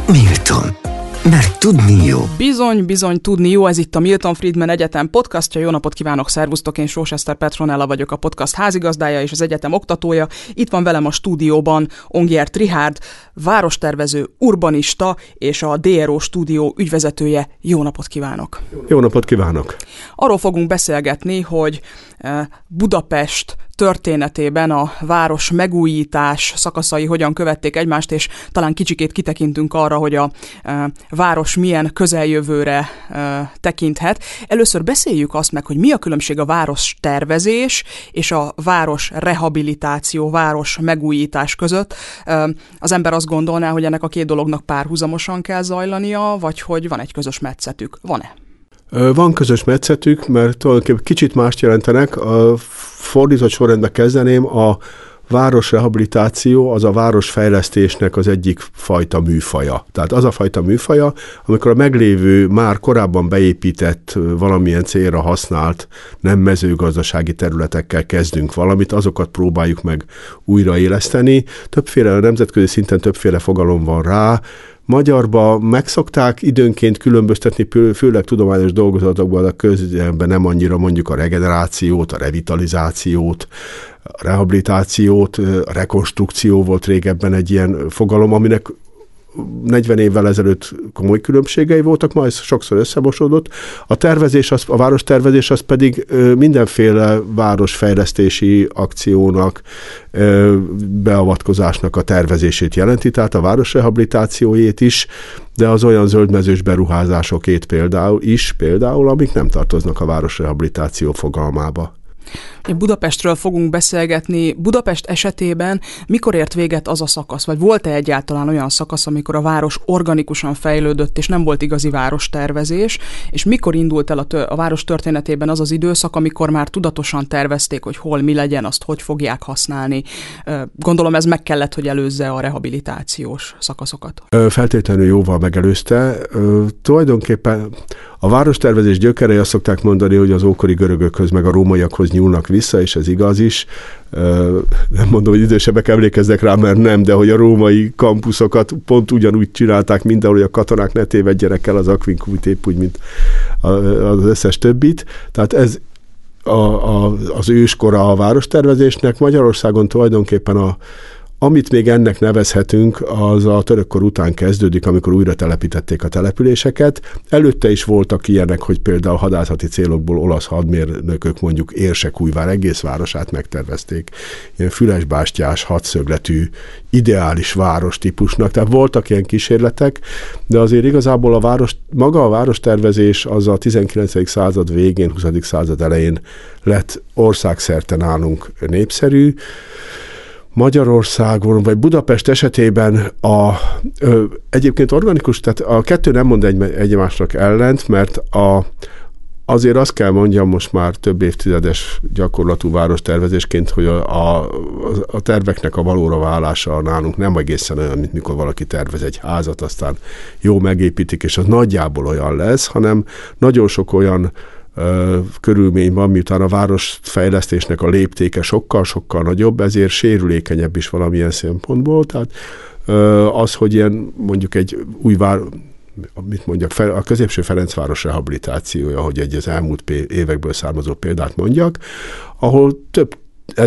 Milton. Mert tudni jó. Bizony, tudni jó, ez itt a Milton Friedman Egyetem podcastja. Jó napot kívánok, szervusztok, én Sós Eszter Petronella vagyok, a podcast házigazdája és az egyetem oktatója. Itt van velem a stúdióban Ongyer Trihárd, várostervező, urbanista és a DRO stúdió ügyvezetője. Jó napot kívánok! Jó napot kívánok! Arról fogunk beszélgetni, hogy Budapest történetében a város megújítás szakaszai hogyan követték egymást, és talán kicsikét kitekintünk arra, hogy a város milyen közeljövőre tekinthet. Először beszéljük azt meg, hogy mi a különbség a város tervezés és a város rehabilitáció, város megújítás között. Az ember azt gondolná, hogy ennek a két dolognak párhuzamosan kell zajlania, vagy hogy van egy közös metszetük. Van-e? Van közös metszetük, mert tulajdonképpen kicsit mást jelentenek. A fordított sorrendben kezdeném, a városrehabilitáció az a városfejlesztésnek az egyik fajta műfaja. Tehát az a fajta műfaja, amikor a meglévő, már korábban beépített, valamilyen célra használt, nem mezőgazdasági területekkel kezdünk valamit, azokat próbáljuk meg újraéleszteni. Többféle, nemzetközi szinten többféle fogalom van rá. Magyarba megszokták időnként különböztetni, főleg tudományos dolgozatokban, a közben nem annyira mondjuk a regenerációt, a revitalizációt, a rehabilitációt, a rekonstrukció volt régebben egy ilyen fogalom, aminek 40 évvel ezelőtt komoly különbségei voltak, ma ez sokszor összemosódott. A várostervezés az pedig mindenféle városfejlesztési akciónak, beavatkozásnak a tervezését jelenti, tehát a városrehabilitációjét is, de az olyan zöldmezős beruházásokét például, amik nem tartoznak a városrehabilitáció fogalmába. Budapestről fogunk beszélgetni. Budapest esetében mikor ért véget az a szakasz, vagy volt-e egyáltalán olyan szakasz, amikor a város organikusan fejlődött, és nem volt igazi várostervezés, és mikor indult el a város történetében az az időszak, amikor már tudatosan tervezték, hogy hol mi legyen, azt hogy fogják használni. Gondolom ez meg kellett, hogy előzze a rehabilitációs szakaszokat. Feltétlenül jóval megelőzte. Tulajdonképpen a várostervezés gyökerei, azt szokták mondani, hogy az ókori görögökhöz meg a rómaiakhoz nyúlnak vissza, és ez igaz is. Nem mondom, hogy idősebbek emlékeznek rá, mert nem, de hogy a római kampuszokat pont ugyanúgy csinálták mindenhol, hogy a katonák ne tévedjenek el az Aquincumot épp úgy, mint az összes többit. Tehát ez az őskora a várostervezésnek. Magyarországon tulajdonképpen amit még ennek nevezhetünk, az a törökkor után kezdődik, amikor újra telepítették a településeket. Előtte is voltak ilyenek, hogy például hadászati célokból olasz hadmérnökök mondjuk Érsekújvár egész városát megtervezték. Ilyen fülesbástyás, hatszögletű, ideális város típusnak. Tehát voltak ilyen kísérletek, de azért igazából maga a várostervezés az a 19. század végén, 20. század elején lett országszerte nálunk népszerű. Magyarországon, vagy Budapest esetében egyébként organikus, tehát a kettő nem mond egymásnak ellent, mert azért azt kell mondjam most már több évtizedes gyakorlatú várostervezésként, hogy a terveknek a valóra válása nálunk nem egészen olyan, mint mikor valaki tervez egy házat, aztán jó megépítik, és az nagyjából olyan lesz, hanem nagyon sok olyan körülmény van, miután a városfejlesztésnek a léptéke sokkal-sokkal nagyobb, ezért sérülékenyebb is valamilyen szempontból. Tehát az, hogy ilyen mondjuk egy új a középső Ferencváros rehabilitációja, hogy egy az elmúlt évekből származó példát mondjak, ahol több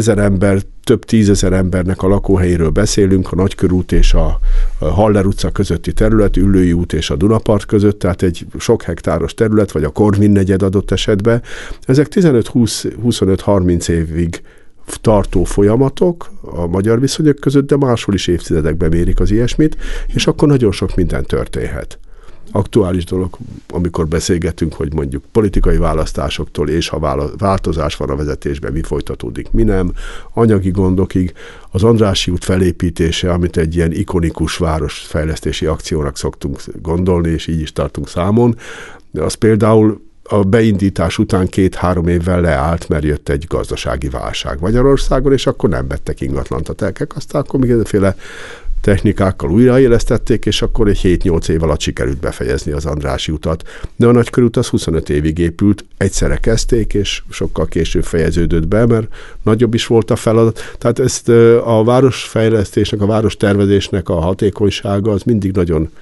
tízezer embernek a lakóhelyéről beszélünk, a Nagykörút és a Haller utca közötti terület, Üllői út és a Dunapart között, tehát egy sok hektáros terület, vagy a Korvin negyed adott esetben. Ezek 15-20-25-30 évig tartó folyamatok a magyar viszonyok között, de máshol is évtizedekben mérik az ilyesmit, és akkor nagyon sok minden történhet. Aktuális dolog, amikor beszélgetünk, hogy mondjuk politikai választásoktól, és ha változás van a vezetésben, mi folytatódik, mi nem, anyagi gondokig, az Andrássy út felépítése, amit egy ilyen ikonikus városfejlesztési akciónak szoktunk gondolni, és így is tartunk számon, az például a beindítás után 2-3 évvel leállt, mert jött egy gazdasági válság Magyarországon, és akkor nem vettek ingatlant a telkek, aztán akkor mindenféle technikákkal újraélesztették, és akkor egy 7-8 év alatt sikerült befejezni az Andrássy utat. De a Nagykörút az 25 évig épült, egyszerre kezdték, és sokkal később fejeződött be, mert nagyobb is volt a feladat. Tehát ezt a városfejlesztésnek, a várostervezésnek a hatékonysága az mindig nagyon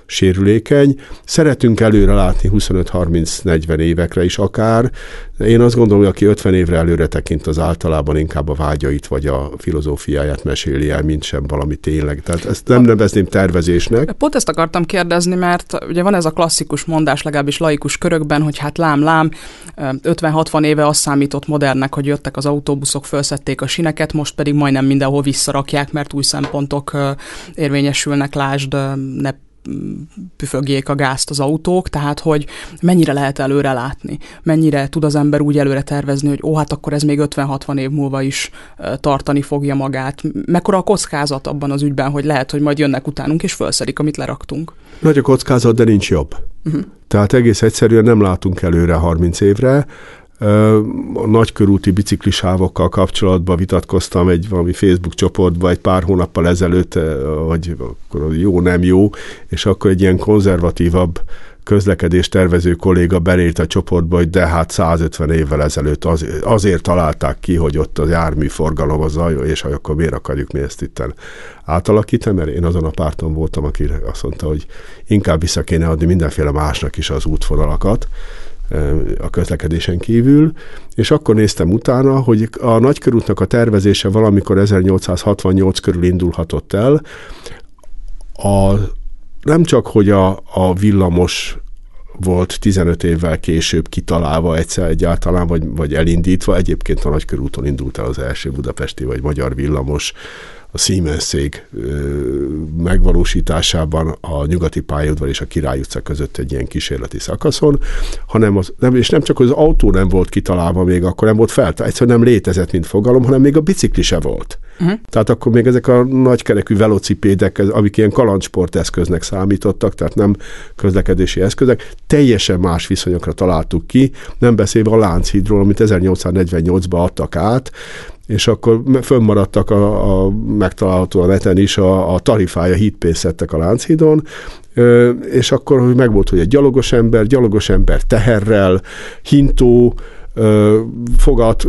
sérülékeny. Szeretünk előre látni 25-30-40 évekre is akár. Én azt gondolom, hogy aki 50 évre előre tekint, az általában inkább a vágyait vagy a filozófiáját meséli el, mint sem valami tényleg. Tehát ezt nem nevezném tervezésnek. Pont ezt akartam kérdezni, mert ugye van ez a klasszikus mondás, legalábbis laikus körökben, hogy hát lám, 50-60 éve azt számított modernnek, hogy jöttek az autóbuszok, felszették a sineket, most pedig majdnem mindenhol visszarakják, mert új szempontok érvényesülnek, lásd, ne püfögjék a gázt az autók, tehát hogy mennyire lehet előre látni, mennyire tud az ember úgy előre tervezni, hogy hát akkor ez még 50-60 év múlva is tartani fogja magát. Mekkora a kockázat abban az ügyben, hogy lehet, hogy majd jönnek utánunk és felszedik, amit leraktunk? Nagy a kockázat, de nincs jobb. Tehát egész egyszerűen nem látunk előre 30 évre. A nagykörúti biciklisávokkal kapcsolatban vitatkoztam egy valami Facebook csoportban egy pár hónappal ezelőtt, hogy akkor jó, nem jó, és akkor egy ilyen konzervatívabb közlekedés tervező kolléga belért a csoportba, hogy de hát 150 évvel ezelőtt azért találták ki, hogy ott az járműforgalom az zaj, és akkor miért akarjuk mi ezt itten átalakítani, mert én azon a párton voltam, aki azt mondta, hogy inkább vissza kéne adni mindenféle másnak is az útvonalakat a közlekedésen kívül, és akkor néztem utána, hogy a nagykörútnak a tervezése valamikor 1868 körül indulhatott el. Nem csak, hogy a villamos volt 15 évvel később kitalálva egyszer egyáltalán, vagy elindítva, egyébként a nagykörúton indult el az első budapesti vagy magyar villamos, a Siemens-cég megvalósításában a Nyugati pályaudvar és a Király utca között egy ilyen kísérleti szakaszon, és nem csak az autó nem volt kitalálva még, akkor nem volt egyszerűen nem létezett, mint fogalom, hanem még a bicikli se volt. Tehát akkor még ezek a nagykerekű velocipédek, amik ilyen kalandsporteszköznek számítottak, tehát nem közlekedési eszközök, teljesen más viszonyokra találtuk ki, nem beszélve a Lánchídról, amit 1848-ban adtak át, és akkor fönnmaradtak megtalálható a neten is a tarifája hídpénzt szedtek a Lánchídon, és akkor megvolt, hogy egy gyalogos ember teherrel, hintó, fogat,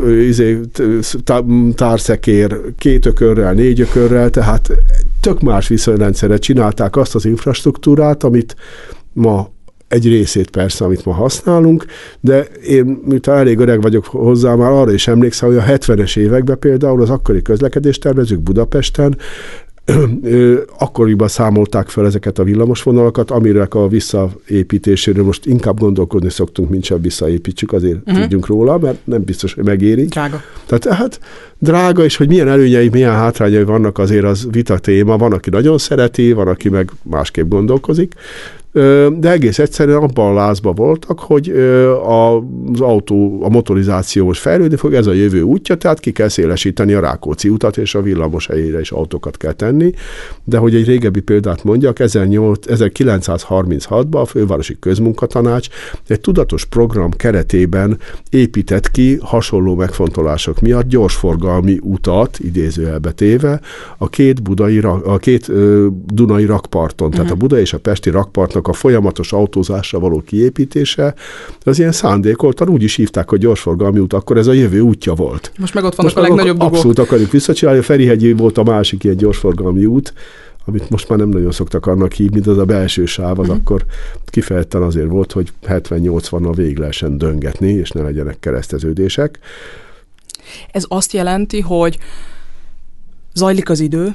társzekér, 2 ökörrel, 4 ökörrel, tehát tök más viszonyrendszerre csinálták azt az infrastruktúrát, amit ma egy részét persze, amit ma használunk, de én, miután elég öreg vagyok hozzá, már arra is emlékszem, hogy a 70-es években például az akkori közlekedéstervezők Budapesten akkoriban számolták fel ezeket a villamosvonalakat, amire a visszaépítéséről most inkább gondolkodni szoktunk, mint sem visszaépítsük, azért tudjunk róla, mert nem biztos, hogy megéri. Drága. Tehát drága, és hogy milyen előnyei, milyen hátrányai vannak, azért az vita téma. Van, aki nagyon szereti, van, aki meg másképp gondolkozik. De egész egyszerűen abban a lázban voltak, hogy a motorizáció most fejlődni fog, ez a jövő útja, tehát ki kell szélesíteni a Rákóczi utat, és a villamos helyére is autókat kell tenni. De hogy egy régebbi példát mondjak, 1936-ban a Fővárosi Közmunkatanács egy tudatos program keretében épített ki hasonló megfontolások miatt gyorsforgalmi utat, idézőjelbe téve, a két dunai rakparton, tehát a budai és a pesti rakparton a folyamatos autózásra való kiépítése, az ilyen szándékoltan úgy is hívták, hogy gyorsforgalmi út, akkor ez a jövő útja volt. Most meg ott vannak a legnagyobb dugók. Abszolút akarjuk visszacsinálni, a Ferihegyi volt a másik ilyen gyorsforgalmi út, amit most már nem nagyon szoktak annak hívni, de az a belső sáv, az akkor kifejezetten azért volt, hogy 70-80-nal végig lehessen döngetni, és ne legyenek kereszteződések. Ez azt jelenti, hogy zajlik az idő,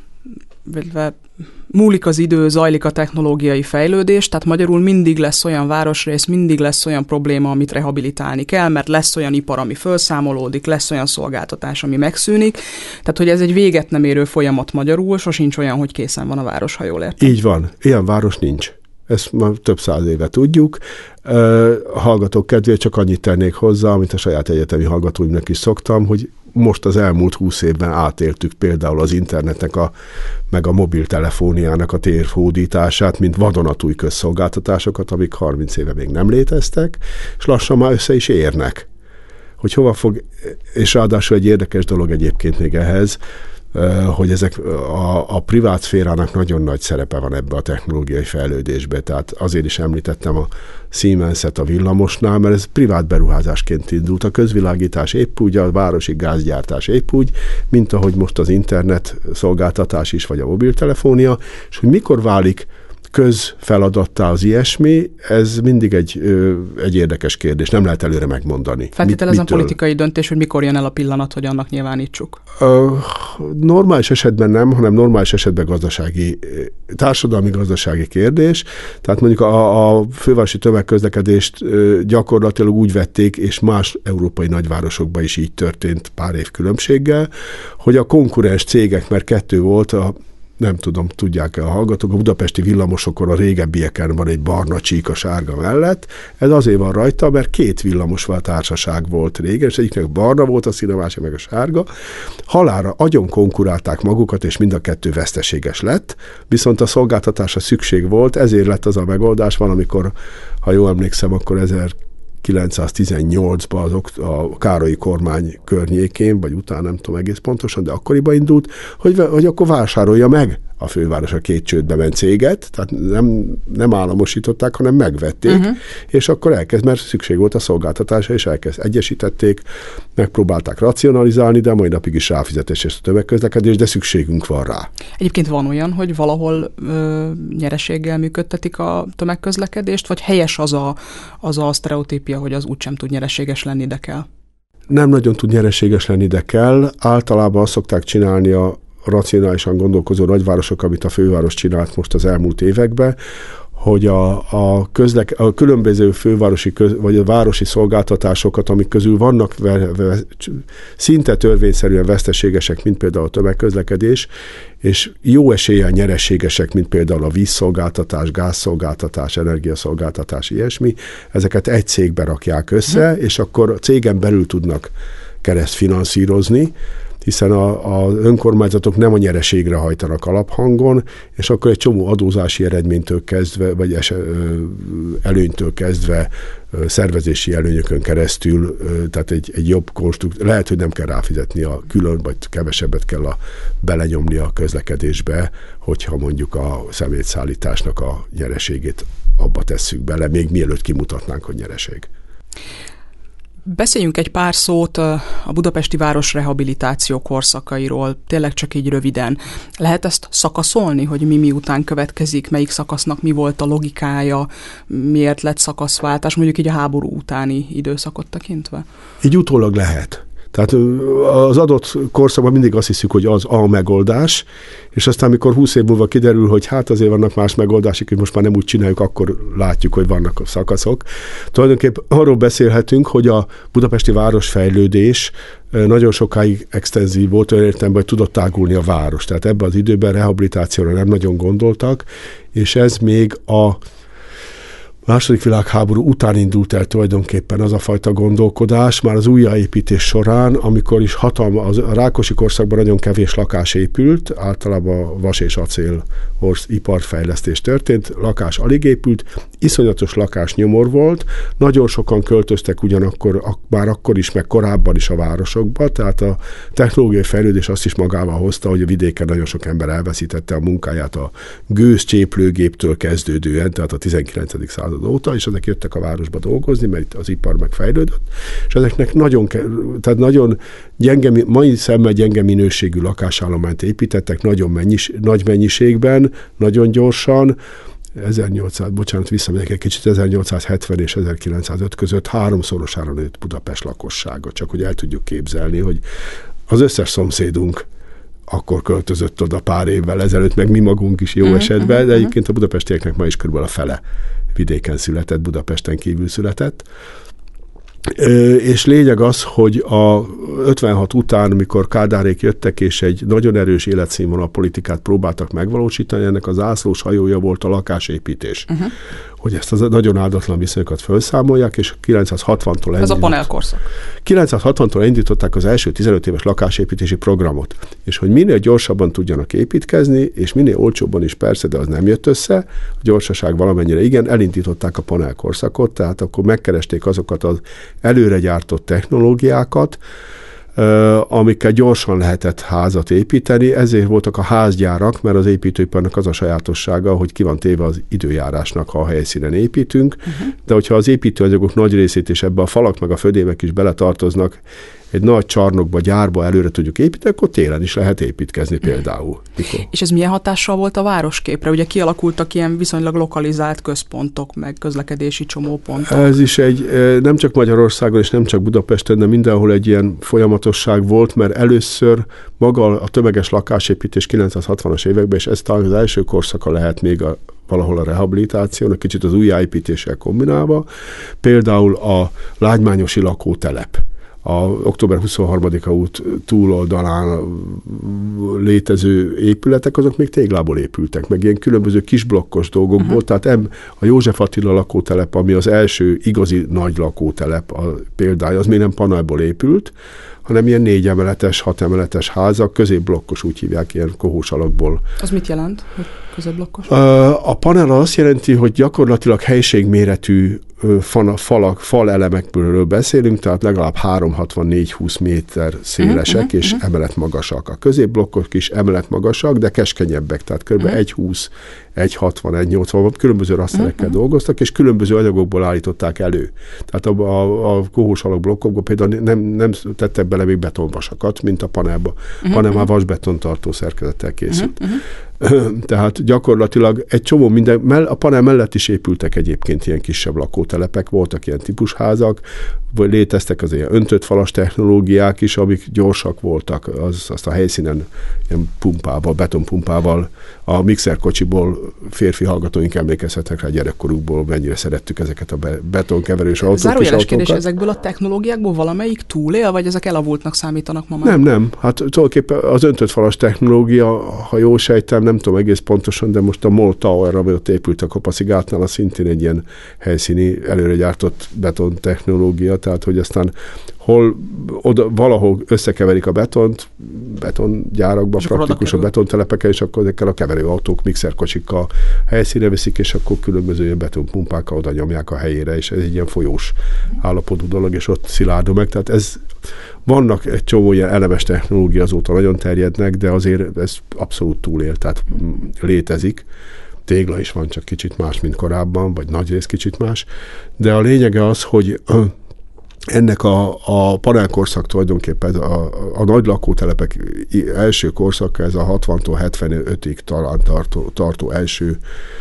múlik az idő, zajlik a technológiai fejlődés, tehát magyarul mindig lesz olyan városrész, mindig lesz olyan probléma, amit rehabilitálni kell, mert lesz olyan ipar, ami felszámolódik, lesz olyan szolgáltatás, ami megszűnik. Tehát, hogy ez egy véget nem érő folyamat magyarul, sosincs olyan, hogy készen van a város, ha jól értem. Így van. Ilyen város nincs. Ezt már több 100 éve tudjuk. A hallgatók kedvéért csak annyit tennék hozzá, amit a saját egyetemi hallgatóimnak is szoktam, hogy most az elmúlt 20 évben átéltük például az internetnek meg a mobiltelefóniának a térhódítását, mint vadonatúj közszolgáltatásokat, amik 30 éve még nem léteztek, és lassan már össze is érnek. Hogy hova fog, és ráadásul egy érdekes dolog egyébként még ehhez, hogy ezek a privát szférának nagyon nagy szerepe van ebbe a technológiai fejlődésbe. Tehát azért is említettem a Siemens-et a villamosnál, mert ez privát beruházásként indult. A közvilágítás épp úgy, a városi gázgyártás épp úgy, mint ahogy most az internet szolgáltatás is, vagy a mobiltelefónia, és hogy mikor válik közfeladattá az ilyesmi, ez mindig egy érdekes kérdés, nem lehet előre megmondani. Feltételezem politikai döntés, hogy mikor jön el a pillanat, hogy annak nyilvánítsuk? Normális esetben nem, hanem normális esetben társadalmi-gazdasági kérdés. Tehát mondjuk a fővárosi tömegközlekedést gyakorlatilag úgy vették, és más európai nagyvárosokban is így történt pár év különbséggel, hogy a konkurens cégek, mert kettő volt, nem tudom, tudják-e a hallgatók, a budapesti villamosokon a régebbieken van egy barna csík a sárga mellett. Ez azért van rajta, mert két villamos társaság volt régen, és egyiknek barna volt a színe, a másik meg a sárga. Halálra agyon konkurálták magukat, és mind a kettő veszteséges lett, viszont a szolgáltatásra szükség volt, ezért lett az a megoldás, valamikor, ha jól emlékszem, akkor 1918-ban a Károlyi kormány környékén, vagy utána nem tudom egész pontosan, de akkoriban indult, hogy akkor vásárolja meg a főváros a két csődbe ment céget, tehát nem államosították, hanem megvették, és akkor mert szükség volt a szolgáltatásra, és egyesítették, megpróbálták racionalizálni, de mai napig is ráfizetés és a tömegközlekedés, de szükségünk van rá. Egyébként van olyan, hogy valahol nyereséggel működtetik a tömegközlekedést, vagy helyes az a sztereotípia, hogy az úgysem tud nyereséges lenni, de kell? Nem nagyon tud nyereséges lenni, de kell. Általában azt szokták csinálni a racionálisan gondolkozó nagyvárosok, amit a főváros csinált most az elmúlt években, hogy a különböző fővárosi vagy a városi szolgáltatásokat, amik közül vannak szinte törvényszerűen veszteségesek, mint például a tömegközlekedés, és jó eséllyel nyereségesek, mint például a vízszolgáltatás, gázszolgáltatás, energiaszolgáltatás, ilyesmi, ezeket egy cégbe rakják össze, és akkor a cégen belül tudnak keresztfinanszírozni, hiszen az önkormányzatok nem a nyereségre hajtanak alaphangon, és akkor egy csomó adózási eredménytől kezdve, vagy előnytől kezdve, szervezési előnyökön keresztül, tehát egy jobb konstrukció, lehet, hogy nem kell ráfizetni a külön, vagy kevesebbet kell belenyomni a közlekedésbe, hogyha mondjuk a szemétszállításnak a nyereségét abba tesszük bele, még mielőtt kimutatnánk, hogy nyereség. Beszéljünk egy pár szót a budapesti város rehabilitáció korszakairól, tényleg csak így röviden. Lehet ezt szakaszolni, hogy mi után következik, melyik szakasznak mi volt a logikája, miért lett szakaszváltás, mondjuk így a háború utáni időszakot tekintve? Így utólag lehet. Tehát az adott korszakban mindig azt hiszük, hogy az a megoldás, és aztán, amikor 20 év múlva kiderül, hogy hát azért vannak más megoldások, hogy most már nem úgy csináljuk, akkor látjuk, hogy vannak a szakaszok. Tulajdonképpen arról beszélhetünk, hogy a budapesti városfejlődés nagyon sokáig extenzív volt, olyan értelemben, hogy tudott tágulni a város. Tehát ebben az időben rehabilitációra nem nagyon gondoltak, és ez még a második világháború után indult el tulajdonképpen az a fajta gondolkodás, már az újjáépítés során, amikor is a Rákosi korszakban nagyon kevés lakás épült, általában vas és acél iparfejlesztés történt, lakás alig épült, iszonyatos lakásnyomor volt, nagyon sokan költöztek ugyanakkor, már akkor is, meg korábban is a városokba, tehát a technológiai fejlődés azt is magával hozta, hogy a vidéken nagyon sok ember elveszítette a munkáját a gőzcséplőgéptől kezdődően, tehát a 19. század óta, és ezek jöttek a városba dolgozni, mert az ipar megfejlődött, és ezeknek nagyon gyenge, mai szemmel gyenge minőségű lakásállományt építettek, nagy mennyiségben, nagyon gyorsan, 1870 és 1905 között 3-szorosára nőtt Budapest lakossága, csak hogy el tudjuk képzelni, hogy az összes szomszédunk akkor költözött oda pár évvel ezelőtt, meg mi magunk is jó esetben, de egyébként a budapestieknek ma is körülbelül a fele vidéken született, Budapesten kívül született. És lényeg az, hogy a 56 után, mikor Kádárék jöttek, és egy nagyon erős életszínvonal politikát próbáltak megvalósítani, ennek az zászlós hajója volt a lakásépítés. Hogy ezt az nagyon áldatlan viszonyokat felszámolják, és 960-tól ez a panelkorszak. 960-tól indították az első 15 éves lakásépítési programot. És hogy minél gyorsabban tudjanak építkezni, és minél olcsóbban is persze, de az nem jött össze, a gyorsaság valamennyire igen, elindították a panelkorszakot, tehát akkor megkeresték azokat az előre gyártott technológiákat, amikkel gyorsan lehetett házat építeni, ezért voltak a házgyárak, mert az építőiparnak az a sajátossága, hogy ki van téve az időjárásnak, ha a helyszínen építünk, de hogyha az építőanyagok nagy részét és ebbe a falak meg a födémek is beletartoznak, egy nagy csarnokba, gyárba előre tudjuk építeni, akkor télen is lehet építkezni például. Mikor? És ez milyen hatással volt a városképre? Ugye kialakultak ilyen viszonylag lokalizált központok, meg közlekedési csomópontok. Ez is nem csak Magyarországon, és nem csak Budapesten, de mindenhol egy ilyen folyamatosság volt, mert először maga a tömeges lakásépítés 960-as években, és ez talán az első korszaka lehet még valahol a rehabilitációnak, kicsit az újjáépítéssel kombinálva, például a Lágymányosi lakótelep, a október 23-a út túloldalán létező épületek, azok még téglából épültek, meg ilyen különböző kisblokkos dolgokból, tehát a József Attila lakótelep, ami az első igazi nagy lakótelep a példája, az még nem panelból épült, hanem ilyen 4 emeletes, 6 emeletes házak, középblokkos, úgy hívják, ilyen kohós alakból. Az mit jelent, hogy középblokkos? A panel azt jelenti, hogy gyakorlatilag helységméretű falelemekről beszélünk, tehát legalább 364-20 méter szélesek és emelet magasak. A középblokkok is emelet magasak, de keskenyebbek, tehát kb. 1,20, 1,60, 1,80, különböző rasszterekkel dolgoztak, és különböző anyagokból állították elő. Tehát a kohós alakblokkokból például nem tettek bele még betonvasakat, mint a panelba, hanem már vasbetontartó szerkezettel készült. Tehát gyakorlatilag egy csomó a panel mellett is épültek egyébként ilyen kisebb lakótelepek, voltak ilyen típusházak, vagy léteztek az ilyen öntött falas technológiák is, amik gyorsak voltak, azt a helyszínen ilyen pumpával, betonpumpával, a mixerkocsiból férfi hallgatóink emlékezhetnek rá gyerekkorukból, mennyire szerettük ezeket a betonkeverős autók. Zárójeles kérdés, ezekből a technológiákból valamelyik túlél, vagy ezek elavultnak számítanak ma már? Nem. Hát tulajdonképpen az öntött falas technológia, ha jól sejtem, nem tudom egész pontosan, de most a Mall Tower, ami ott épült a Kopaszigátnál, az szintén egy ilyen helyszíni, előre gyártott beton technológia, tehát hogy aztán valahol összekeverik a betongyárakba, praktikus a betontelepeken, és akkor ezekkel a keverőautók, mixerkocsikkal helyszínre viszik, és akkor különböző ilyen betonpumpákkal oda nyomják a helyére, és ez egy ilyen folyós állapotú dolog, és ott szilárdul meg. Tehát vannak egy csomó ilyen elemes technológia, azóta nagyon terjednek, de azért ez abszolút túlél, tehát létezik. Tégla is van, csak kicsit más, mint korábban, vagy nagy rész kicsit más. De a lényege az, hogy ennek a panelkorszak tulajdonképpen a nagy lakótelepek első korszaka, ez a 60-tól 75-ig talán tartó első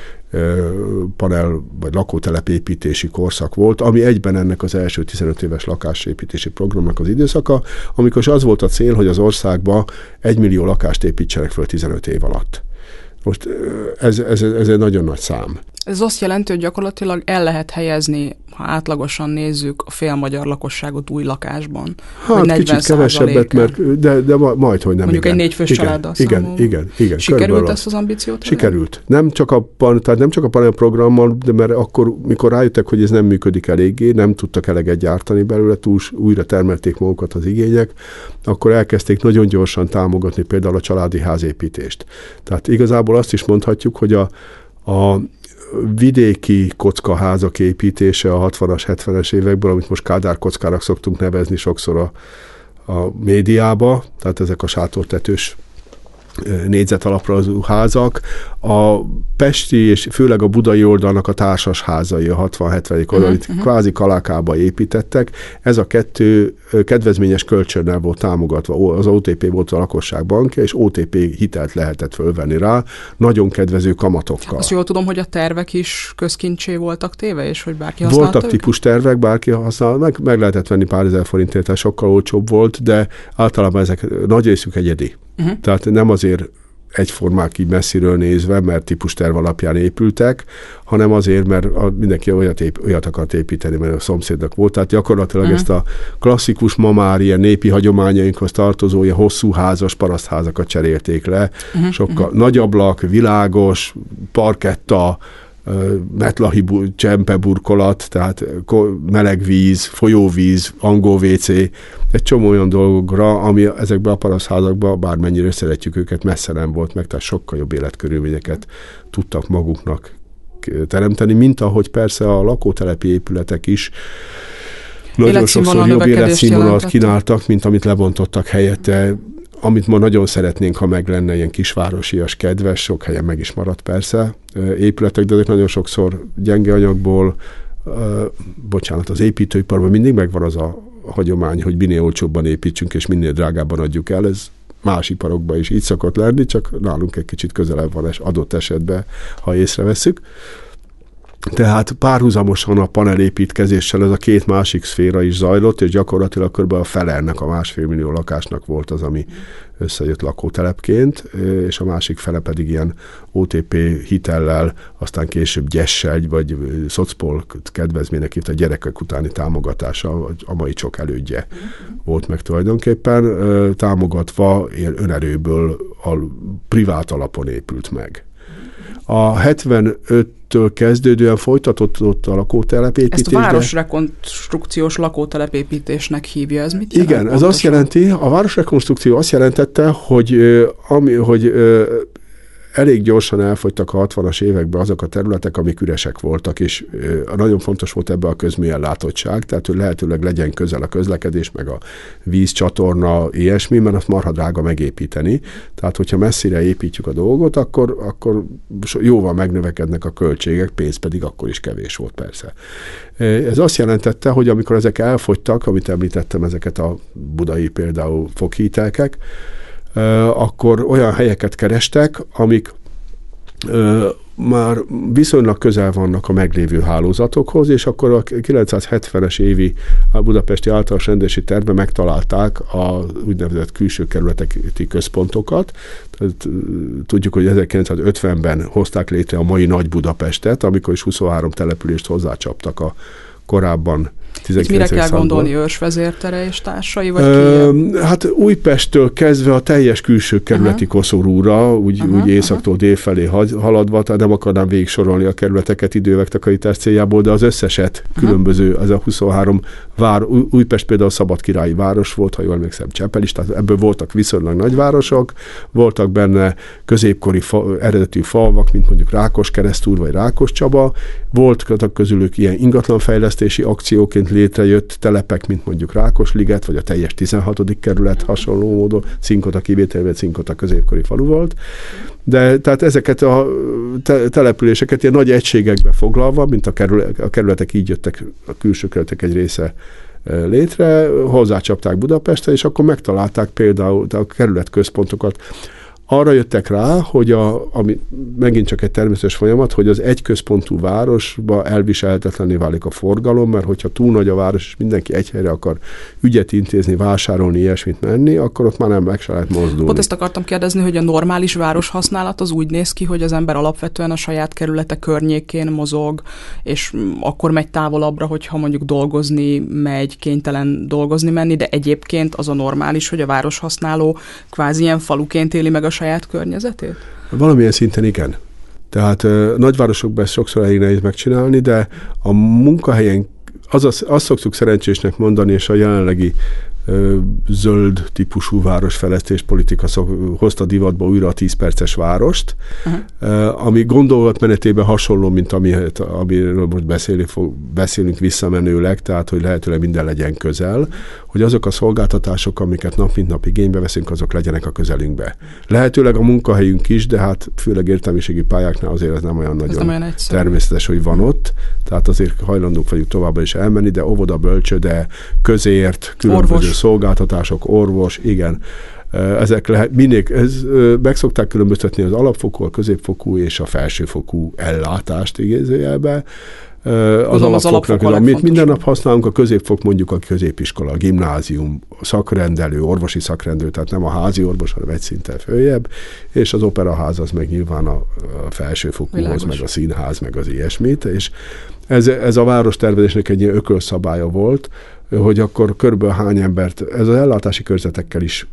panel vagy lakótelepépítési korszak volt, ami egyben ennek az első 15 éves lakásépítési programnak az időszaka, amikor az volt a cél, hogy az országba 1 millió lakást építsenek föl 15 év alatt. Most ez egy nagyon nagy szám. Ez azt jelenti, hogy gyakorlatilag el lehet helyezni, ha átlagosan nézzük, a félmagyar lakosságot új lakásban. Hát kicsit kevesebbet, de majdhogy nem. Mondjuk egy 4 fős családdal számolva. Igen. Sikerült ezt az ambíciót? Sikerült. Nem csak a panelprogrammal, de mert akkor, mikor rájöttek, hogy ez nem működik eléggé, nem tudtak eleget gyártani belőle, újra termelték magukat az igények, akkor elkezdték nagyon gyorsan támogatni például a családi házépítést. Tehát igazából azt is mondhatjuk, hogy a vidéki kockaházak építése a 60-as, 70-es évekből, amit most Kádár kockának szoktunk nevezni sokszor a médiába, tehát ezek a sátortetős négyzet alapra az házak, a pesti és főleg a budai oldalnak a társas házai, a 60-70. Oldalt kvázi kalákába építettek. Ez a kettő kedvezményes kölcsönnel volt támogatva. Az OTP volt a lakosság bankja, és OTP hitelt lehetett fölvenni rá, nagyon kedvező kamatokkal. Azt jól tudom, hogy a tervek is közkincsé voltak téve, és hogy bárki használta voltak típus tervek, bárki használta, meg lehetett venni pár ezer forintért, tehát sokkal olcsóbb volt, de általában ezek nagy részük egyedi. Tehát nem azért egyformák így messziről nézve, mert típusterv alapján épültek, hanem azért, mert mindenki olyat akart építeni, mert a szomszédnak volt. Tehát gyakorlatilag ezt a klasszikus, ma már ilyen népi hagyományainkhoz tartozó, ilyen hosszú házas parasztházakat cserélték le. Sokkal nagy ablak, világos, parketta, metlahi csempeburkolat, tehát meleg víz, folyóvíz, angol WC, egy csomó olyan dolgokra, ami ezekben a parasztházakban, bármennyire szeretjük őket, messze nem volt meg, tehát sokkal jobb életkörülményeket tudtak maguknak teremteni, mint ahogy persze a lakótelepi épületek is nagyon sokszor jobb életszínvonalat kínáltak, mint amit lebontottak helyette, amit ma nagyon szeretnénk, ha meg lenne ilyen kisvárosias, kedves, sok helyen meg is maradt persze épületek, de ezek nagyon sokszor gyenge anyagból, az építőiparban mindig megvan az a hagyomány, hogy minél olcsóbban építsünk, és minél drágábban adjuk el, ez más iparokban is így szokott lenni, csak nálunk egy kicsit közelebb van adott esetben, ha észrevesszük. Tehát párhuzamosan a panelépítkezéssel ez a két másik szféra is zajlott, és gyakorlatilag kb. A fele ennek a 1,5 millió lakásnak volt az, ami összejött lakótelepként, és a másik fele pedig ilyen OTP hitellel, aztán később GYES-sel, vagy Szocpol kedvezménynek itt a gyerekek utáni támogatása, a mai csok elődje volt meg tulajdonképpen, támogatva ilyen önerőből a privát alapon épült meg. A 75-től kezdődően folytatott a lakótelepépítés. Ezt a városrekonstrukciós lakótelepépítésnek hívja, ez mit jelent? Igen, ez azt jelenti, a városrekonstrukció azt jelentette, hogy elég gyorsan elfogytak a 60-as években azok a területek, amik üresek voltak, és nagyon fontos volt ebbe a közműellátottság, tehát hogy lehetőleg legyen közel a közlekedés, meg a vízcsatorna, ilyesmi, mert azt marha drága megépíteni. Tehát, hogyha messzire építjük a dolgot, akkor jóval megnövekednek a költségek, pénz pedig akkor is kevés volt persze. Ez azt jelentette, hogy amikor ezek elfogytak, amit említettem, ezeket a budai például foghítelkek, akkor olyan helyeket kerestek, amik már viszonylag közel vannak a meglévő hálózatokhoz, és akkor a 970-es évi a budapesti általános rendési tervben megtalálták a úgynevezett külső kerületi központokat. Tudjuk, hogy 1950-ben hozták létre a mai Nagy Budapestet, amikor is 23 települést hozzácsaptak a korábban. Itt mire kell gondolni, Őrsvezértere és társai, vagy Hát Újpesttől kezdve a teljes külső kerületi koszorúra, úgy északtól dél felé haladva, tehát nem akarnám végig sorolni a kerületeket idővegtakarítás céljából, de az összeset különböző, az a 23 Újpest például szabadkirályi város volt, ha jól emlékszem, Csepel is, tehát ebből voltak viszonylag nagyvárosok, voltak benne középkori eredetű falvak, mint mondjuk Rákoskeresztúr vagy Rákoscsaba, voltak közülük ilyen ingatlanfejlesztési akcióként létrejött telepek, mint mondjuk Rákosliget, vagy a teljes 16. kerület hasonló módon, Cinkota kivételével Cinkota középkori falu volt. De tehát ezeket a településeket ilyen nagy egységekbe foglalva, mint a kerületek így jöttek, a külső kerületek egy része létre, hozzácsapták Budapestre, és akkor megtalálták például a kerületközpontokat. Arra jöttek rá, hogy ami megint csak egy természetes folyamat, hogy az egyközpontú városba elviselhetetlenné válik a forgalom, mert hogyha túl nagy a város, és mindenki egy helyre akar ügyet intézni, vásárolni, ilyesmit menni, akkor ott már nem meg se lehet mozdulni. Pont ezt akartam kérdezni, hogy a normális városhasználat az úgy néz ki, hogy az ember alapvetően a saját kerülete környékén mozog, és akkor megy távolabbra, hogyha mondjuk dolgozni megy, kénytelen dolgozni menni, de egyébként az a normális, hogy a városhasználó kvázi ilyen faluként éli meg a saját környezetét? Valamilyen szinten igen. Tehát nagyvárosokban ezt sokszor elég nehéz megcsinálni, de a munkahelyen azt szoktuk szerencsésnek mondani, és a jelenlegi zöld típusú városfejlesztés politika hozta divatba újra a 10 perces várost, ami gondolatmenetében hasonló, mint amiről most beszélünk visszamenőleg, tehát hogy lehetőleg minden legyen közel, hogy azok a szolgáltatások, amiket nap mint nap igénybe veszünk, azok legyenek a közelünkbe. Lehetőleg a munkahelyünk is, de hát főleg értelmiségi pályáknál azért ez nem olyan nagyon természetes, hogy van ott, tehát azért hajlandók vagyunk továbbra is elmenni, de óvoda, bölcsőde, közért, különböző szolgáltatások, orvos, igen. Ezek meg szokták különböztetni az alapfokú, a középfokú és a felsőfokú ellátást igézőjelbe. Az alapfoknak, amit minden nap használunk, a középfok mondjuk a középiskola, a gimnázium, a szakrendelő, orvosi szakrendelő, tehát nem a házi orvos, hanem egy szinten följebb, és az operaház az meg nyilván a felsőfokúhoz, meg a színház, meg az ilyesmit, és ez a várostervezésnek egy ilyen ökölszabálya volt, hogy akkor körülbelül hány embert, ez az ellátási körzetekkel is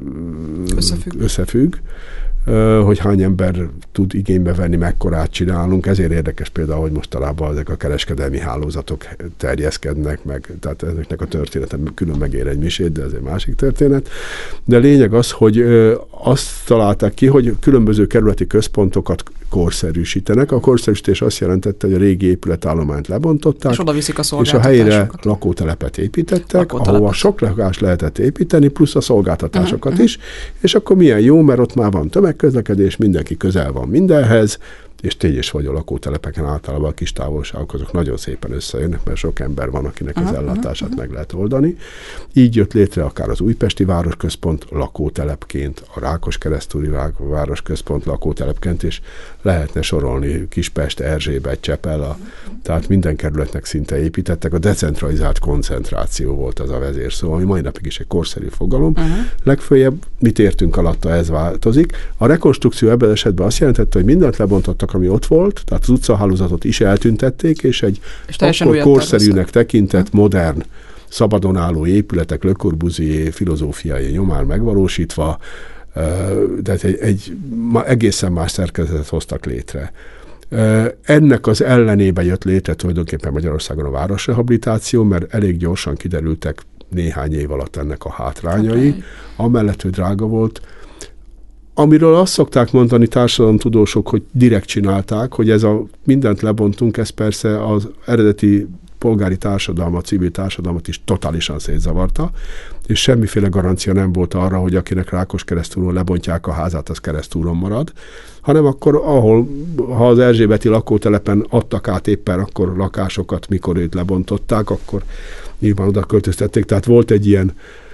összefügg, hogy hány ember tud igénybe venni, mekkorát csinálunk. Ezért érdekes például, hogy mostanában ezek a kereskedelmi hálózatok terjeszkednek meg, tehát ezeknek a története külön megér egy misét, de ez egy másik történet. De lényeg az, hogy azt találták ki, hogy különböző kerületi központokat korszerűsítenek. A korszerűsítés azt jelentette, hogy a régi épületállományt lebontották, és oda viszik a és a helyére lakótelepet építettek, ahova sok lakást lehetett építeni, plusz a szolgáltatásokat is, és akkor milyen jó, mert ott már van tömegközlekedés, mindenki közel van mindenhez, és tény is, hogy a lakótelepeken általában a kis távolságok azok nagyon szépen összejönnek, mert sok ember van, akinek az ellátását meg lehet oldani. Így jött létre akár az Újpesti Városközpont lakótelepként, a Rákoskeresztúri Városközpont lakótelepként, és lehetne sorolni Kispest, Erzsébet, Csepel, tehát minden kerületnek szinte építettek. A decentralizált koncentráció volt az a vezérszó, ami mai napig is egy korszerű fogalom. Legfőjebb mit értünk alatta, ez változik. A rekonstrukció ebben esetben azt jelentette, hogy mindent lebontottak, ami ott volt, tehát az utcahálózatot is eltüntették, és akkor korszerűnek tekintett, modern, szabadon álló épületek, Le Corbusier filozófiai nyomán megvalósítva, de egy egészen más szerkezetet hoztak létre. Ennek az ellenébe jött létre tulajdonképpen Magyarországon a városrehabilitáció, mert elég gyorsan kiderültek néhány év alatt ennek a hátrányai, amellett, hogy drága volt. Amiről azt szokták mondani társadalomtudósok, hogy direkt csinálták, hogy ez a mindent lebontunk, ez persze az eredeti polgári társadalmat, civil társadalmat is totálisan szétzavarta, és semmiféle garancia nem volt arra, hogy akinek Rákoskeresztúron lebontják a házát, az Keresztúron marad, hanem akkor, ha az erzsébeti lakótelepen adtak át éppen akkor lakásokat, mikor őt lebontották, akkor nyilván oda költöztették. Tehát volt egy ilyen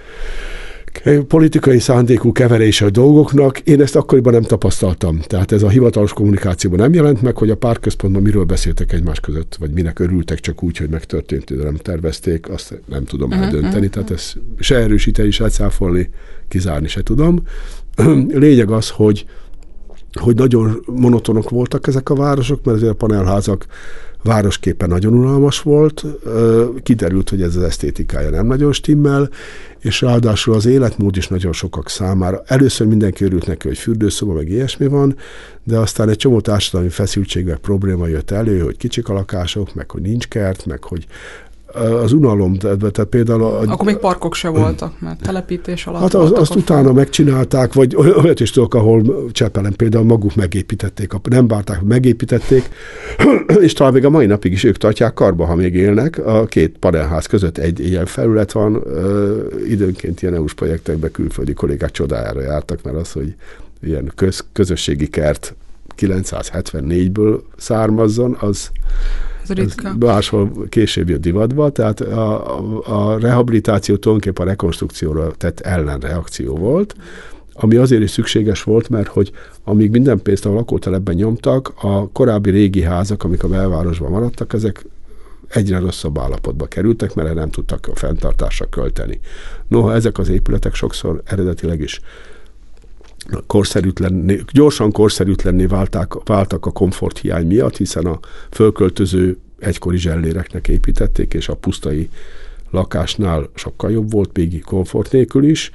politikai szándékú keverése a dolgoknak. Én ezt akkoriban nem tapasztaltam. Tehát ez a hivatalos kommunikációban nem jelent meg, hogy a pártközpontban miről beszéltek egymás között, vagy minek örültek csak úgy, hogy megtörtént, de nem tervezték, azt nem tudom eldönteni. Tehát ezt se erősíteni, se cáfolni, kizárni se tudom. Lényeg az, hogy nagyon monotonok voltak ezek a városok, mert azért a panelházak városképpen nagyon unalmas volt, kiderült, hogy ez az esztétikája nem nagyon stimmel, és ráadásul az életmód is nagyon sokak számára. Először mindenki örült neki, hogy fürdőszoba, meg ilyesmi van, de aztán egy csomó társadalmi feszültség, meg probléma jött elő, hogy kicsik a lakások, meg hogy nincs kert, meg hogy az unalom, tehát például... Akkor még parkok se voltak, mert telepítés alatt hát azt utána megcsinálták, vagy olyat is tudok, ahol Csepelen például maguk megépítették, nem bárták, megépítették, és talán még a mai napig is ők tartják karba, ha még élnek. A két panelház között egy ilyen felület van, időnként ilyen EU-s projektekben külföldi kollégák csodájára jártak, mert az, hogy ilyen közösségi kert 974-ből származzon, az máshol később jött divatba, tehát a rehabilitáció tulajdonképpen a rekonstrukcióra tett ellenreakció volt, ami azért is szükséges volt, mert hogy amíg minden pénzt a lakótelepben nyomtak, a korábbi régi házak, amik a belvárosban maradtak, ezek egyre rosszabb állapotba kerültek, mert nem tudtak a fenntartásra költeni. Noha ezek az épületek sokszor eredetileg is gyorsan korszerűtlenné váltak a komforthiány miatt, hiszen a fölköltöző egykori zselléreknek építették, és a pusztai lakásnál sokkal jobb volt, még komfort nélkül is,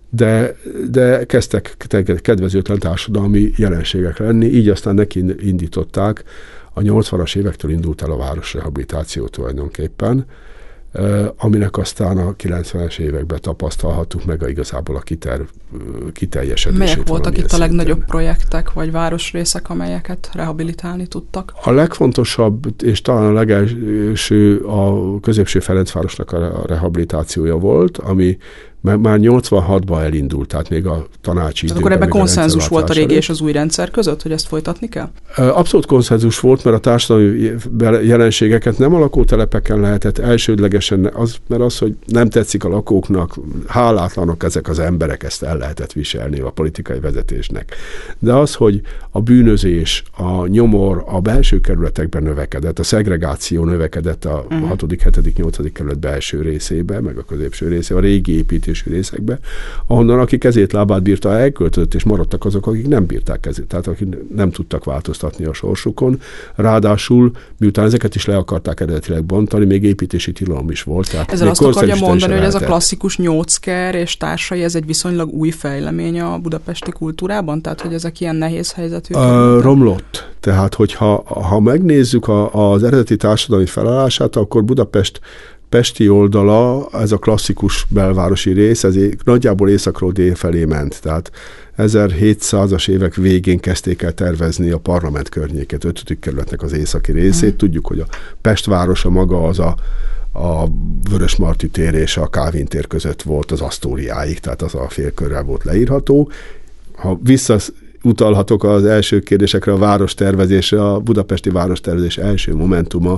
de kezdtek kedvezőtlen társadalmi jelenségek lenni, így aztán neki indították, a 80-as évektől indult el a városrehabilitáció tulajdonképpen, aminek aztán a 90-es években tapasztalhattuk meg igazából a kiteljesedését. Melyek voltak itt a legnagyobb projektek, vagy városrészek, amelyeket rehabilitálni tudtak? A legfontosabb, és talán a legelső a Középső Ferencvárosnak a rehabilitációja volt, ami már 86-ban elindult, tehát még a tanácsi időben. Akkor ebben konszenzus volt a régi és az új rendszer között, hogy ezt folytatni kell? Abszolút konszenzus volt, mert a társadalmi jelenségeket nem a lakótelepeken lehetett elsődlegesen, mert az, hogy nem tetszik a lakóknak, hálátlanok ezek az emberek, ezt el lehetett viselni a politikai vezetésnek. De az, hogy a bűnözés, a nyomor a belső kerületekben növekedett, a szegregáció növekedett a 6., 7., 8. kerület belső részében, meg a középső részében, a régi építésű részekbe, ahonnan aki kezét lábát bírta, elköltözött, és maradtak azok, akik nem bírták kezét, tehát akik nem tudtak változtatni a sorsukon. Ráadásul, miután ezeket is le akarták eredetileg bontani, még építési tilalom is volt. Tehát ezzel azt akarja mondani, hogy ez a klasszikus nyócker és társai, ez egy viszonylag új fejlemény a budapesti kultúrában? Tehát, hogy ezek ilyen nehéz helyzetű? Romlott. Tehát, hogyha megnézzük az eredeti társadalmi felállását, akkor Budapest pesti oldala, ez a klasszikus belvárosi rész, ez nagyjából északról dél felé ment. Tehát 1700-as évek végén kezdték el tervezni a Parlament környékét, 5. kerületnek az északi részét. Tudjuk, hogy a Pest városa maga az a Vörösmarty tér és a Kálvin tér között volt az Asztóriáig, tehát az a félkörrel volt leírható. Ha utalhatok az első kérdésekre, a várostervezésre, a budapesti várostervezés első momentuma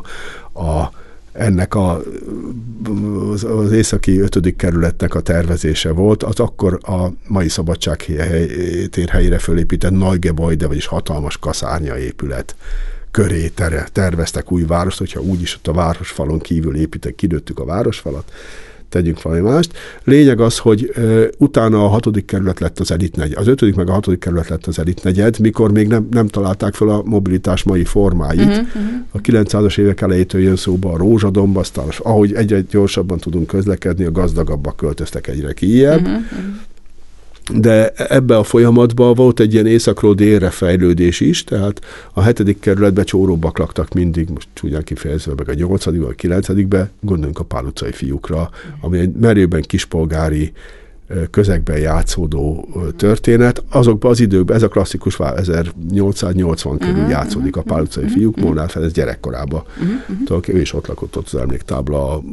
ennek az északi 5. kerületnek a tervezése volt, az akkor a mai Szabadságtér helyére fölépített Neugebäude, vagyis hatalmas kaszárnya épület köré terveztek új várost, hogyha úgyis ott a városfalon kívül kinőttük a városfalat, tegyünk valami mást. Lényeg az, hogy utána a 6. kerület lett az elitnegyed, az 5. meg a 6. kerület lett az elitnegyed, mikor még nem találták fel a mobilitás mai formáit. A 900-as évek elejétől jön szóba a rózsadomb, aztán ahogy egyre gyorsabban tudunk közlekedni, a gazdagabbak költöztek egyre kijjebb. De ebbe a folyamatban volt egy ilyen északról délre fejlődés is, tehát a 7. kerületben csóróbbak laktak mindig, most csúnyán kifejezve, meg a 8. vagy a 9-be, gondoljunk a Pál utcai fiúkra, ami egy merőben kispolgári közegben játszódó történet. Azokban az időkben, ez a klasszikus 1880 körül játszódik a Pál utcai fiúk, Molnár Ferenc gyerekkorában. Ő is ott lakott, ott az emléktábla a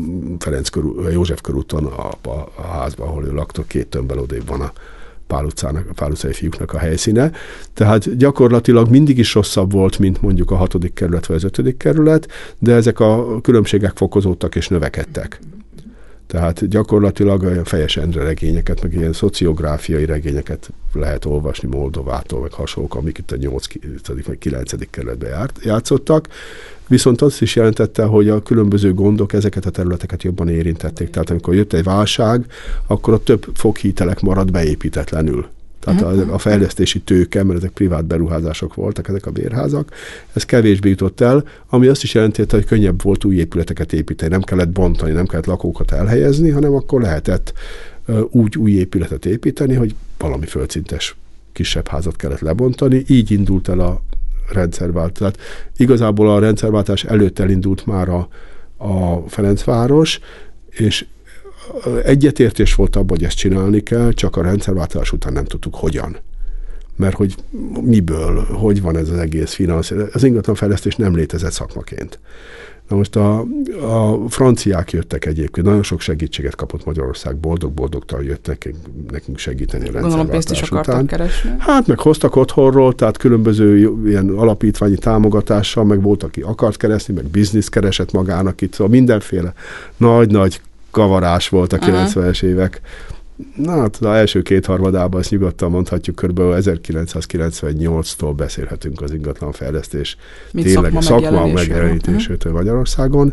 József körúton a házban, ahol ő lakott, 2 tömbbel odébb van a Pál utcai fiúknak a helyszíne. Tehát gyakorlatilag mindig is rosszabb volt, mint mondjuk a 6. kerület vagy az 5. kerület, de ezek a különbségek fokozódtak és növekedtek. Tehát gyakorlatilag olyan Fejes Endre regényeket, meg ilyen szociográfiai regényeket lehet olvasni Moldovától, meg hasonlók, amik itt a 8. vagy 9. kerületben játszottak. Viszont azt is jelentette, hogy a különböző gondok ezeket a területeket jobban érintették. Tehát amikor jött egy válság, akkor a több foghítelek maradt beépítetlenül. Tehát a fejlesztési tőke, mert ezek privát beruházások voltak, ezek a bérházak, ez kevésbé jutott el, ami azt is jelentette, hogy könnyebb volt új épületeket építeni, nem kellett bontani, nem kellett lakókat elhelyezni, hanem akkor lehetett úgy új épületet építeni, hogy valami földszintes kisebb házat kellett lebontani, így indult el a rendszerváltás. Tehát igazából a rendszerváltás előtt elindult már a Ferencváros, és egyetértés volt abban, hogy ezt csinálni kell, csak a rendszerváltás után nem tudtuk hogyan. Mert hogy miből, hogy van ez az egész finanszírozás. Az ingatlanfejlesztés nem létezett szakmaként. Na most a franciák jöttek egyébként, nagyon sok segítséget kapott Magyarország, boldog-boldogtalan jöttek nekünk segíteni a rendszerváltás után. Pénzt is akartak keresni? Hát meg hoztak otthonról, tehát különböző ilyen alapítványi támogatással, meg volt, aki akart keresni, meg biznisz keresett magának itt, szóval mindenféle nagy kavarás volt a 90-es évek. Na, hát az első 2/3 ezt nyugodtan mondhatjuk, kb. 1998-tól beszélhetünk az ingatlanfejlesztés tényleg szakma megjelenítésétől Magyarországon.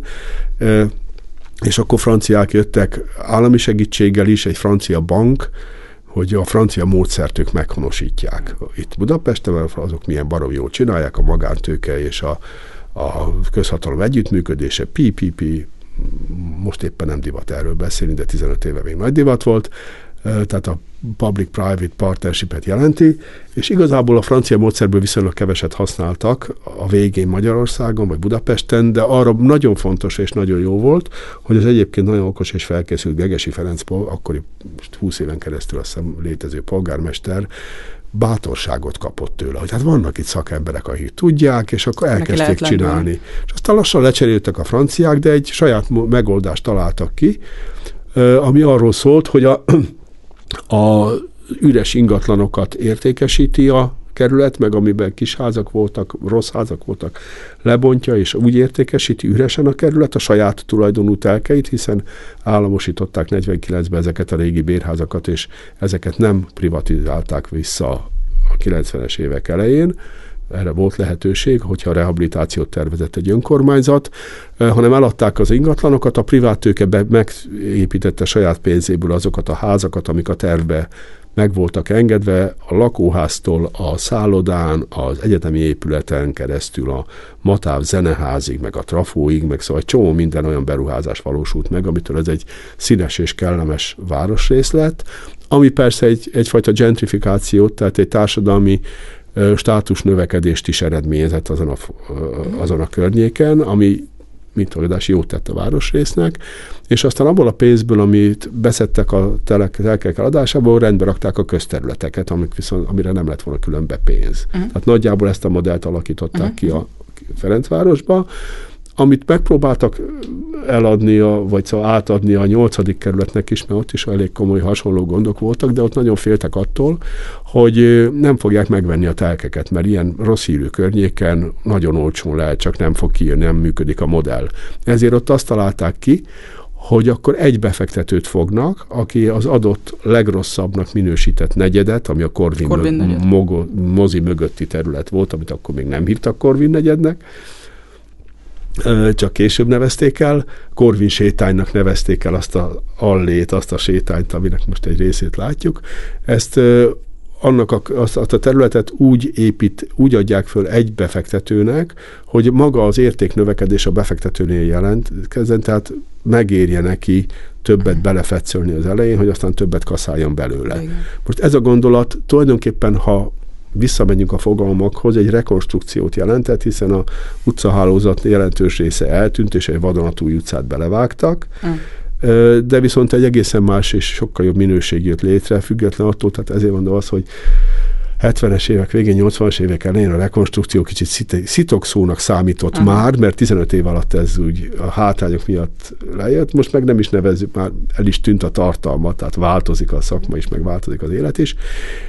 És akkor franciák jöttek állami segítséggel is, egy francia bank, hogy a francia módszert ők meghonosítják. Itt Budapesten azok milyen baromi jól csinálják, a magántőke és a közhatalom együttműködése, PPP, most éppen nem divat erről beszélni, de 15 éve még nagy divat volt, tehát a public-private partnership-et jelenti, és igazából a francia módszerből viszonylag keveset használtak a végén Magyarországon, vagy Budapesten, de arra nagyon fontos és nagyon jó volt, hogy az egyébként nagyon okos és felkészült Gegesi Ferenc, akkori 20 éven keresztül azt hiszem létező polgármester, bátorságot kapott tőle, hogy hát vannak itt szakemberek, akik tudják, és akkor elkezdték csinálni. És aztán lassan lecseréltek a franciák, de egy saját megoldást találtak ki, ami arról szólt, hogy a üres ingatlanokat értékesíti a kerület, meg amiben kis házak voltak, rossz házak voltak, lebontja, és úgy értékesíti üresen a kerület a saját tulajdonú telkeit, hiszen államosították 49-ben ezeket a régi bérházakat, és ezeket nem privatizálták vissza a 90-es évek elején. Erre volt lehetőség, hogyha a rehabilitációt tervezett egy önkormányzat, hanem eladták az ingatlanokat, a privát tőke megépítette saját pénzéből azokat a házakat, amik a tervbe meg voltak engedve, a lakóháztól a szállodán, az egyetemi épületen keresztül a Matáv zeneházig, meg a Trafóig, meg szóval egy csomó minden olyan beruházás valósult meg, amitől ez egy színes és kellemes városrész lett, ami persze egyfajta gentrifikációt, tehát egy társadalmi státus növekedést is eredményezett azon a környéken, ami mint oldalási jót tett a városrésznek, és aztán abból a pénzből, amit beszedtek a telkek eladásából, rendbe rakták a közterületeket, amire nem lett volna különbe pénz. Tehát nagyjából ezt a modellt alakították ki a Ferencvárosba. Amit megpróbáltak eladni, vagy szóval átadni a 8. kerületnek is, mert ott is elég komoly hasonló gondok voltak, de ott nagyon féltek attól, hogy nem fogják megvenni a telkeket, mert ilyen rossz hírű környéken nagyon olcsón lehet, csak nem fog kijönni, nem működik a modell. Ezért ott azt találták ki, hogy akkor egy befektetőt fognak, aki az adott legrosszabbnak minősített negyedet, ami a Corvin mozi mögötti terület volt, amit akkor még nem hívtak Corvin negyednek, csak később nevezték el. Corvin sétánynak nevezték el azt a allét, azt a sétányt, aminek most egy részét látjuk. Ezt azt a területet úgy adják föl egy befektetőnek, hogy maga az értéknövekedés a befektetőnél jelentkezzen, tehát megérje neki többet belefetszölni az elején, hogy aztán többet kaszáljon belőle. Igen. Most ez a gondolat tulajdonképpen, ha visszamegyünk a fogalmakhoz, egy rekonstrukciót jelentett, hiszen a utcahálózat jelentős része eltűnt, és egy vadonatúj utcát belevágtak, de viszont egy egészen más és sokkal jobb minőség jött létre, független attól, tehát ezért mondom azt, hogy 70-es évek végén, 80-as évek elején a rekonstrukció kicsit szitokszónak számított már, mert 15 év alatt ez úgy a hátrányok miatt lejött, most meg nem is nevezzük, már el is tűnt a tartalma, tehát változik a szakma is, meg változik az élet is,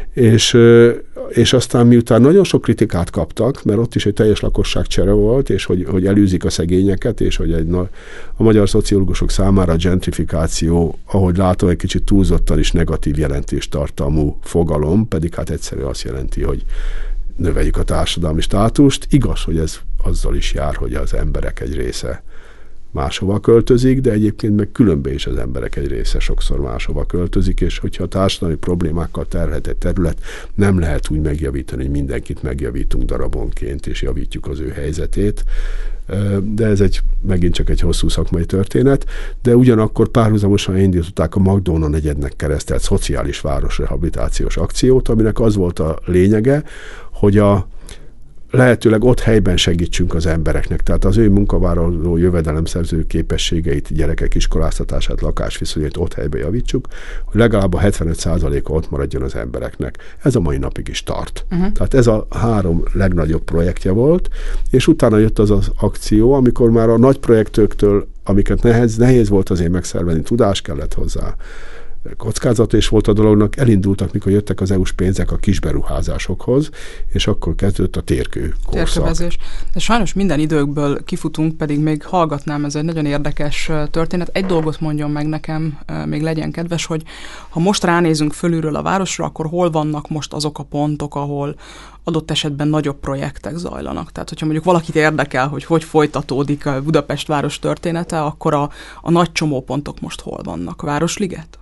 és aztán miután nagyon sok kritikát kaptak, mert ott is egy teljes lakosságcsere volt, és hogy elűzik a szegényeket, és hogy a magyar szociológusok számára a gentrifikáció, ahogy látom, egy kicsit túlzottan is negatív jelentéstartalmú fogalom, pedig hát egyszerűen azt jelenti, hogy növeljük a társadalmi státust. Igaz, hogy ez azzal is jár, hogy az emberek egy része máshova költözik, de egyébként meg különben is az emberek egy része sokszor máshova költözik, és hogyha a társadalmi problémákkal terhelt egy terület, nem lehet úgy megjavítani, hogy mindenkit megjavítunk darabonként, és javítjuk az ő helyzetét. De ez megint csak egy hosszú szakmai történet, de ugyanakkor párhuzamosan indították a Magdóna negyednek keresztelt szociális városrehabilitációs akciót, aminek az volt a lényege, hogy lehetőleg ott helyben segítsünk az embereknek, tehát az ő munkavállaló jövedelemszerző képességeit, gyerekek iskoláztatását, lakásviszonyait ott helyben javítsuk, hogy legalább a 75%-a ott maradjon az embereknek. Ez a mai napig is tart. Tehát ez a 3 legnagyobb projektje volt, és utána jött az az akció, amikor már a nagy projektőktől, amiket nehéz volt azért megszervezni, tudás kellett hozzá, kockázat is volt a dolognak, elindultak, mikor jöttek az EU-s pénzek a kisberuházásokhoz, és akkor kezdődött a térkő korszak. Térkövezés. De sajnos minden időkből kifutunk, pedig még hallgatnám, ez egy nagyon érdekes történet. Egy dolgot mondjon meg nekem, még legyen kedves, hogy ha most ránézünk fölülről a városra, akkor hol vannak most azok a pontok, ahol adott esetben nagyobb projektek zajlanak. Tehát, hogyha mondjuk valakit érdekel, hogy folytatódik a Budapest város története, akkor a nagy csomópontok most hol vannak? Városliget?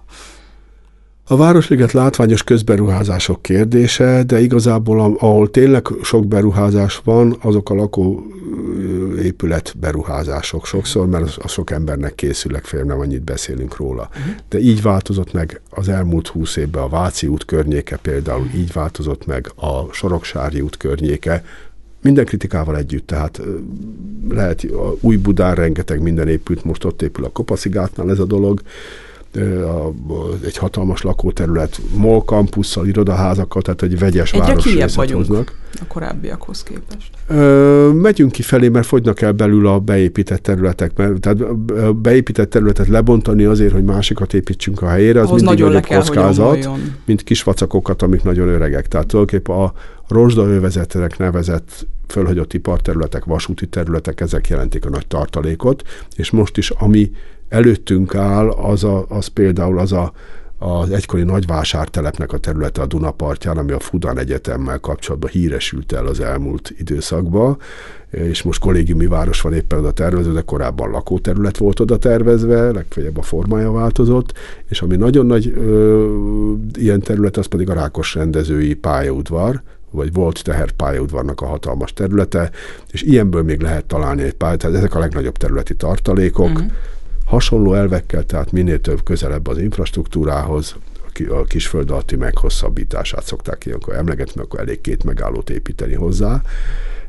A Városliget látványos közberuházások kérdése, de igazából ahol tényleg sok beruházás van, azok a lakóépület beruházások sokszor, mert a sok embernek készül, legfeljebb nem annyit beszélünk róla. De így változott meg az elmúlt 20 évben a Váci út környéke például, így változott meg a Soroksári út környéke, minden kritikával együtt, tehát lehet a Újbudán rengeteg minden épült, most ott épül a Kopaszigátnál ez a dolog, egy hatalmas lakóterület, MOL kampusszal, irodaházakkal, tehát egy vegyes városrészet hoznak. A korábbiakhoz képest. Megyünk kifelé, mert fogynak el belül a beépített területek, tehát beépített területet lebontani azért, hogy másikat építsünk a helyére, az mindig nagyobb kockázat, mint kis vacakokat, amik nagyon öregek. Tehát tulajdonképpen a rozsdaövezetnek nevezett fölhagyott iparterületek, vasúti területek, ezek jelentik a nagy tartalékot, és most is, ami előttünk áll, az például az egykori nagyvásártelepnek a területe a Dunapartján, ami a Fudan Egyetemmel kapcsolatban híresült el az elmúlt időszakban, és most kollégiumi város van éppen oda tervezve, de korábban lakóterület volt oda tervezve, legfeljebb a formája változott, és ami nagyon nagy ilyen terület, az pedig a Rákos rendezői pályaudvar, vagy volt teherpályaudvarnak a hatalmas területe, és ilyenből még lehet találni egy pályát, tehát ezek a legnagyobb területi tartalékok, hasonló elvekkel, tehát minél több közelebb az infrastruktúrához, a kisföld alatti meghosszabbítását szokták ilyenkor emlegetni, akkor elég 2 megállót építeni hozzá.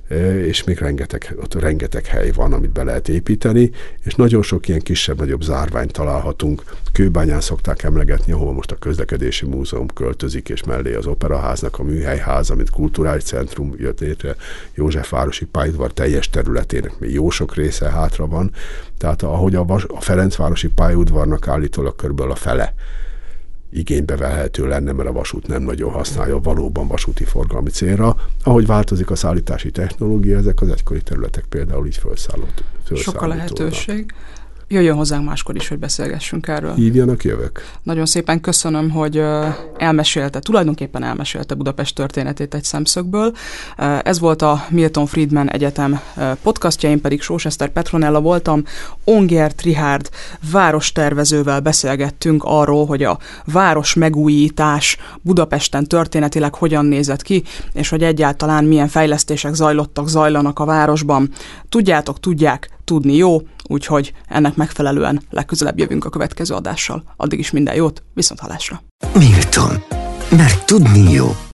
és még rengeteg hely van, amit be lehet építeni, és nagyon sok ilyen kisebb-nagyobb zárványt találhatunk. Kőbányán szokták emlegetni, ahol most a közlekedési múzeum költözik, és mellé az Operaháznak a műhelyház, amit kulturális centrum jött létre, Józsefvárosi pályaudvar teljes területének még jó sok része hátra van. Tehát ahogy a Ferencvárosi pályaudvarnak állítólag körülbelül a fele igénybe vehető lenne, mert a vasút nem nagyon használja valóban vasúti forgalmi célra. Ahogy változik a szállítási technológia, ezek az egykori területek például így felszállítódnak. Sok a lehetőség. Jöjjön hozzánk máskor is, hogy beszélgessünk erről. Hívjanak, jövök. Nagyon szépen köszönöm, hogy tulajdonképpen elmesélte Budapest történetét egy szemszögből. Ez volt a Milton Friedman Egyetem podcastja, én pedig Sós Eszter Petronella voltam. Ongert Richárd várostervezővel beszélgettünk arról, hogy a város megújítás Budapesten történetileg hogyan nézett ki, és hogy egyáltalán milyen fejlesztések zajlanak a városban. Tudják, tudni jó, úgyhogy ennek megfelelően legközelebb jövünk a következő adással. Addig is minden jót, viszonthallásra! Milton. Mert tudni jó.